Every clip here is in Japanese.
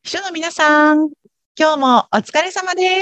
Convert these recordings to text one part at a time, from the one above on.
秘書の皆さん、今日もお疲れ様です。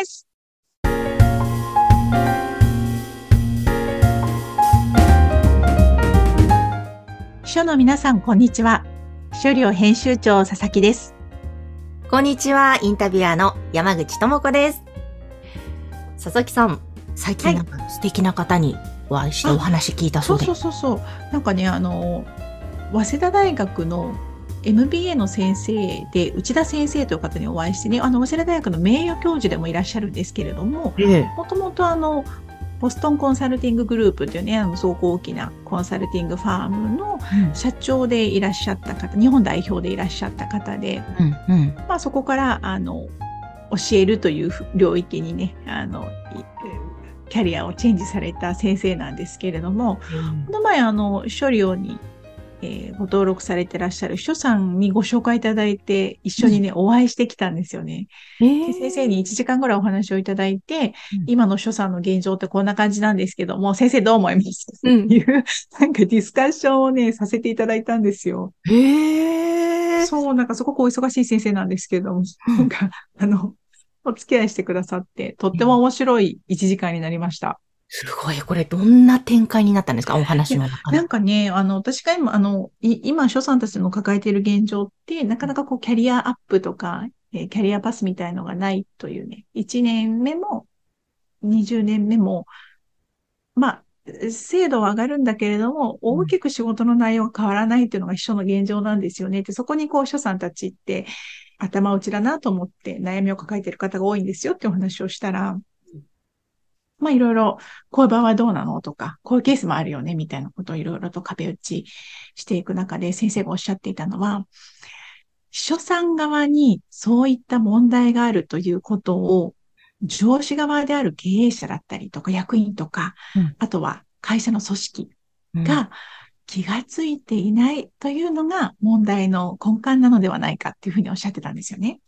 秘書の皆さん、こんにちは。秘書寮編集長佐々木です。 こんにちは、インタビュアーの山口智子です。佐々木さん、最近なんか素敵な方にお会いしてお話聞いたそうで。 そう。なんかね、早稲田大学の MBA の先生で、内田先生という方にお会いしてね、早稲田大学の名誉教授でもいらっしゃるんですけれども、もともとボストンコンサルティンググループというね、すごく大きなコンサルティングファームの社長でいらっしゃった方、日本代表でいらっしゃった方で、そこから教えるという領域にね、キャリアをチェンジされた先生なんですけれども、この前秘書寮に、ご登録されてらっしゃる秘書さんにご紹介いただいて、一緒にね、お会いしてきたんですよね。で先生に1時間ぐらいお話をいただいて、今の秘書さんの現状ってこんな感じなんですけども、先生どう思いますっていう、なんかディスカッションをね、させていただいたんですよ。そう、なんかすごくお忙しい先生なんですけれども、なんか、お付き合いしてくださって、とっても面白い1時間になりました。 すごい。これどんな展開になったんですか？お話の中で。 なんかね、私が今、今、所さんたちの抱えている現状って、なかなかこう、キャリアアップとか、キャリアパスみたいのがないというね、1年目も20年目も、精度は上がるんだけれども、大きく仕事の内容が変わらないっていうのが秘書の現状なんですよね。で、そこにこう、秘書さんたちって頭打ちだなと思って悩みを抱えている方が多いんですよってお話をしたら、いろいろ、こういう場合はどうなのとか、こういうケースもあるよね、みたいなことをいろいろと壁打ちしていく中で、先生がおっしゃっていたのは、秘書さん側にそういった問題があるということを、上司側である経営者だったりとか、役員とか、あとは会社の組織が気がついていないというのが問題の根幹なのではないかっていうふうにおっしゃってたんですよね。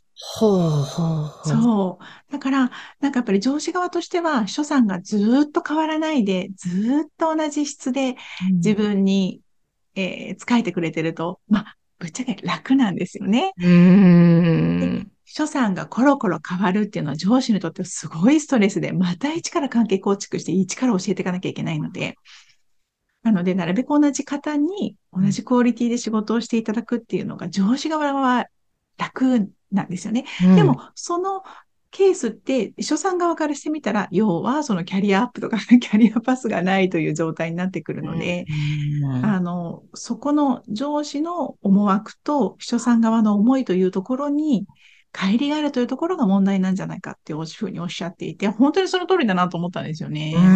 そう。だから、なんかやっぱり上司側としては、秘書さんがずーっと変わらないで、ずーっと同じ質で自分に、仕えてくれてると、ぶっちゃけ楽なんですよね。で、秘書さんがコロコロ変わるっていうのは上司にとってすごいストレスで、また一から関係構築して一から教えていかなきゃいけないので、なので、なるべく同じ方に同じクオリティで仕事をしていただくっていうのが上司側は楽なんですよね。でも、そのケースって、秘書さん側からしてみたら、要はそのキャリアアップとかキャリアパスがないという状態になってくるので、そこの上司の思惑と秘書さん側の思いというところに、乖離があるというところが問題なんじゃないかっていうふうにおっしゃっていて、本当にその通りだなと思ったんですよね。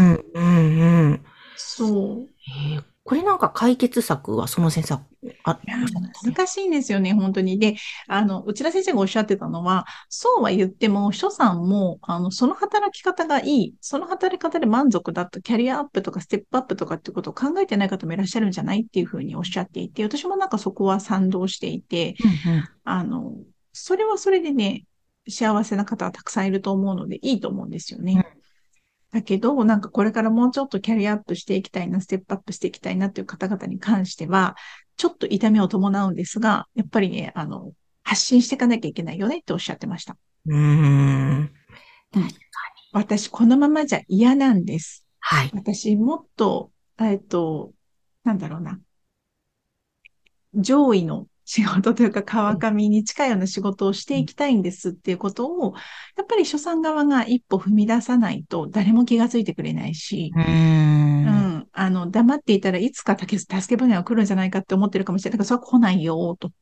そう。 これなんか解決策はその先生は難しいんですよね、本当に。で、内田先生がおっしゃってたのは、そうは言っても、秘書さんも、その働き方がいい、その働き方で満足だった、キャリアアップとかステップアップとかっていうことを考えてない方もいらっしゃるんじゃないっていうふうにおっしゃっていて、私もなんかそこは賛同していて、それはそれでね、幸せな方はたくさんいると思うので、いいと思うんですよね。だけど、なんかこれからもうちょっとキャリアアップしていきたいな、ステップアップしていきたいなという方々に関しては、ちょっと痛みを伴うんですが、やっぱりね、発信していかなきゃいけないよねっておっしゃってました。私、このままじゃ嫌なんです。私、もっと、なんだろうな、上位の仕事というか、川上に近いような仕事をしていきたいんですっていうことを、やっぱり書さん側が一歩踏み出さないと誰も気がついてくれないし、黙っていたらいつか助け舟が来るんじゃないかって思ってるかもしれないけど、それは来ないよ、と。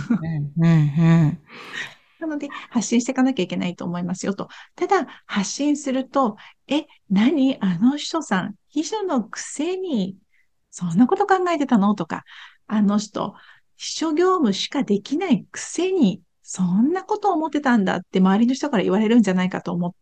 なので、発信していかなきゃいけないと思いますよ、と。ただ、発信すると、何あの秘書さん、秘書のくせに、そんなこと考えてたのとか、あの人、秘書業務しかできないくせに、そんなことを思ってたんだって周りの人から言われるんじゃないかと思って、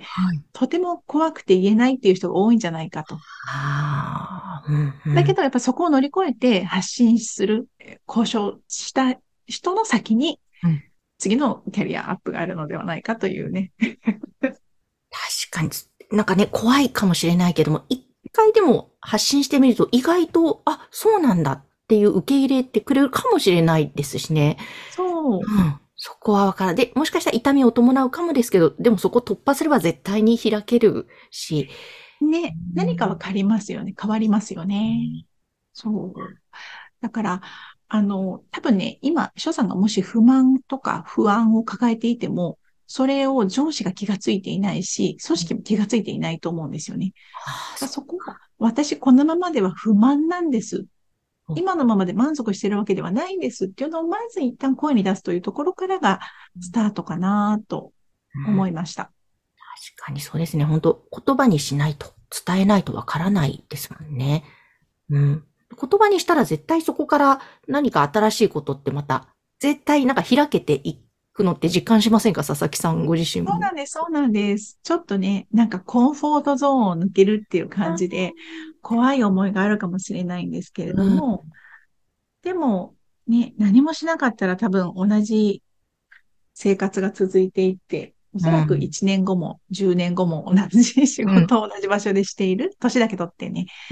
とても怖くて言えないっていう人が多いんじゃないかと。だけど、やっぱそこを乗り越えて発信する、交渉した人の先に、次のキャリアアップがあるのではないかというね。 確かに、なんかね、怖いかもしれないけども、一回でも発信してみると意外と、そうなんだっていう受け入れてくれるかもしれないですしね。 そう。 そこはわからん。で、もしかしたら痛みを伴うかもですけど、でもそこ突破すれば絶対に開けるし。 ね、何かは変わりますよね。変わりますよね。そう。だから、多分ね、今、翔さんがもし不満とか不安を抱えていても、それを上司が気がついていないし、組織も気がついていないと思うんですよね。 ああ、そそこは、私このままでは不満なんです。 う。 今のままで満足してるわけではないんですっていうのをまず一旦声に出すというところからがスタートかなとうん、確思いました。 かにそうですね。本当言葉にしないと、伝えないとわからないですもんね。うん。言葉にしたら絶対そこから何か新しいことってまた、絶対なんか開けていくのって実感しませんか、佐々木さんご自身も。 そうなんです、そうなんです。ちょっとね、なんかコンフォートゾーンを抜けるっていう感じで、怖い思いがあるかもしれないんですけれどうん。 も、でも、ね、何もしなかったら多分同じ生活が続いていって、おそらくうん。 1年後も10年後も同じ仕うん。 事を同じ場所でしている。年だけ取ってね。 うん。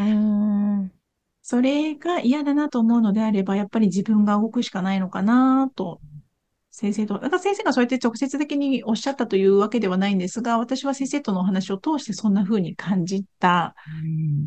それが嫌だなと思うのであれば、やっぱり自分が動くしかないのかなと、先生と、だから先生がそうやって直接的におっしゃったというわけではないんですが、私は先生とのお話を通してそんな風に感じたうん。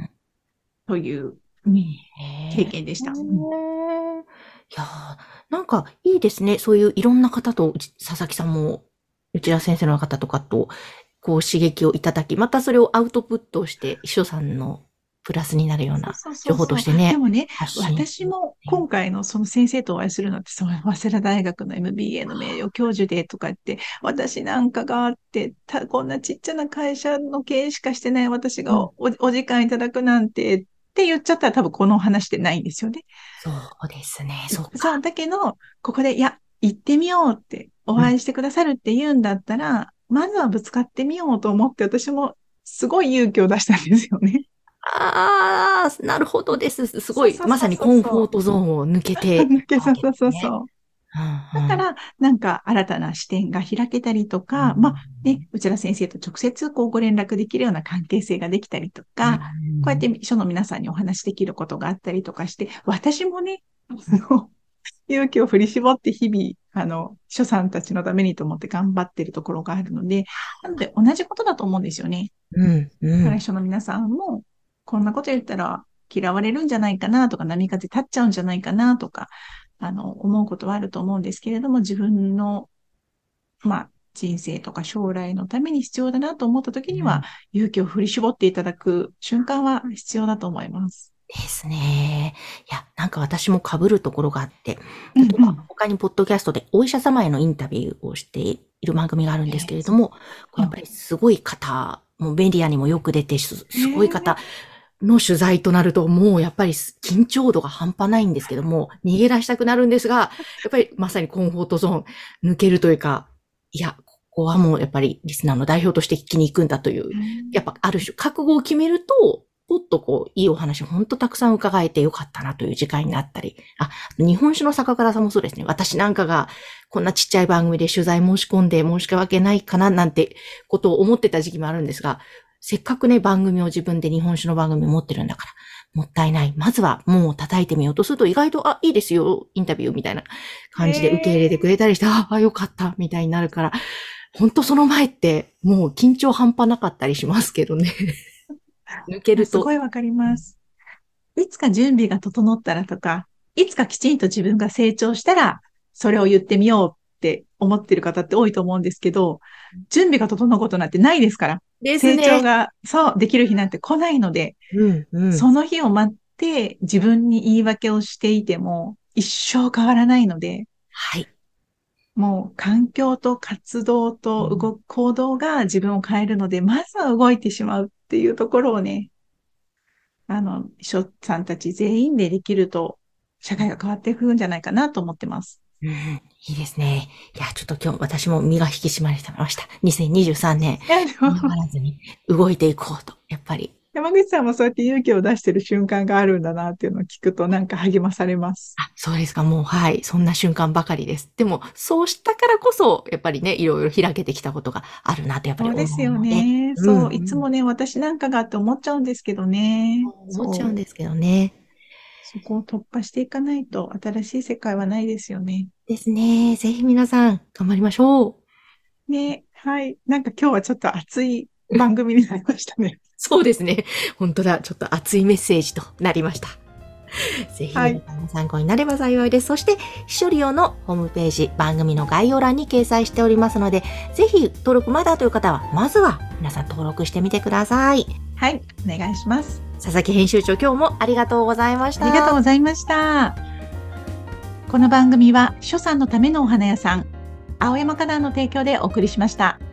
という、うん、経へえ。 験でした。うん、 いやー、なんかいいですね。そういういろんな方と、佐々木さんも、内田先生の方とかと、こう刺激をいただき、またそれをアウトプットして、秘書さんのプラスになるようなそうそうそ情報とうそう。 してね、 でもね、 発信する。 私も今回のその先生とお会いするのって、その早稲田大学の MBA の名誉教授でとか言って、私なんかがあって、こんなちっちゃな会社の経営しかしてない私がうん。 お時間いただくなんてって言っちゃったら多分この話ってないんですよね。 そうですね、そっそう、 か。 だけど、ここで、いや、行ってみようっておうん。 会いしてくださるって言うんだったら、まずはぶつかってみようと思って私もすごい勇気を出したんですよね。 ああ、なるほどです。すごい、 そうそうそうまさにそうそコンフォートゾーンを抜けう。 てたわけそうそうですね。 そうそう。 うんうん。 だから、なんか新たな視点が開けたりとか、まあね、内田先生と直接こうご連絡できるような関係性ができたりとうか、こうやってん。 秘書の皆さんにお話しできることがあったりとかして、私もね、勇気を振り絞って日々、秘書さんたちのためにと思って頑張ってるところがあるので、なので同じことだと思うんですよね。 うん。うん。 だから秘書の皆さんも、こんなこと言ったら嫌われるんじゃないかなとか、波風立っちゃうんじゃないかなとか、思うことはあると思うんですけれども、自分の、まあ、人生とか将来のために必要だなと思った時には、 うん。 勇気を振り絞っていただく瞬間は必要だと思います。 ですね。いや、なんか私も被るところがあって、例えばうんうん。 他にポッドキャストでお医者様へのインタビューをしている番組があるんですけれども、こうやっぱりすごい方、もうメディアにもよく出てすごい方の取材となると、もうやっぱり緊張度が半端ないんですけども、逃げ出したくなるんですが、やっぱりまさにコンフォートゾーン抜けるというか、いや、ここはもうやっぱりリスナーの代表として聞きに行くんだという、やっぱある種覚悟を決めると、ぽっとこう、いいお話ほんとたくさん伺えてよかったなという時間になったり、日本酒の酒蔵さんもそうですね。私なんかがこんなちっちゃい番組で取材申し込んで申し訳ないかななんてことを思ってた時期もあるんですが、せっかくね、番組を自分で日本酒の番組持ってるんだから、もったいない。まずはもう叩いてみようとすると意外と、いいですよ、インタビューみたいな感じで受け入れてくれたりして、よかった、みたいになるから、ほんとその前ってもう緊張半端なかったりしますけどね。抜けると。 すごいわかります。いつか準備が整ったらとか、いつかきちんと自分が成長したら、それを言ってみようって思ってる方って多いと思うんですけど、準備が整うことなんてないですから。成長ですね。 が、そう、できる日なんて来ないので、 うん、うん。 その日を待って自分に言い訳をしていても一生変わらないので、 はい。 もう環境と活動と行動が自分を変えるので、まずは動いてしまうっていうところをね、秘書さんたち全員でできると、社会が変わっていくんじゃないかなと思ってます。 うん、いいですね。いや、ちょっと今日私も身が引き締まりました。2023年、 いや、で嫌がも、 らずに動いていこうと、やっぱり。 山口さんもそうやって勇気を出してる瞬間があるんだなっていうのを聞くとなんか励まされます。 そうですか、もう、はい、そんな瞬間ばかりです。でも、そうしたからこそ、やっぱりね、いろいろ開けてきたことがあるなと、やっぱり思そうですようので、 ね。 うん、 そう、 うん、 いつもね、私なんかがって思っちゃうんですけどね。 思っちゃうんそう。 ですけどね。 そこを突破していかないと新しい世界はないですよね。 ですね。ぜひ皆さん頑張りましょう。 ね、はい。なんか今日はちょっと熱い番組になりましたね。 そうですね。本当だ。ちょっと熱いメッセージとなりました。ぜひ皆さんの参考になれば幸いです。そして、ひしょりおのホームページ、番組の概要欄に掲載しておりますので、ぜひ登録まだという方は、まずは皆さん登録してみてください。 はい。お願いします。 佐々木編集長、今日もありがとうございました。 ありがとうございました。この番組は、書さんのためのお花屋さん、青山花壇の提供でお送りしました。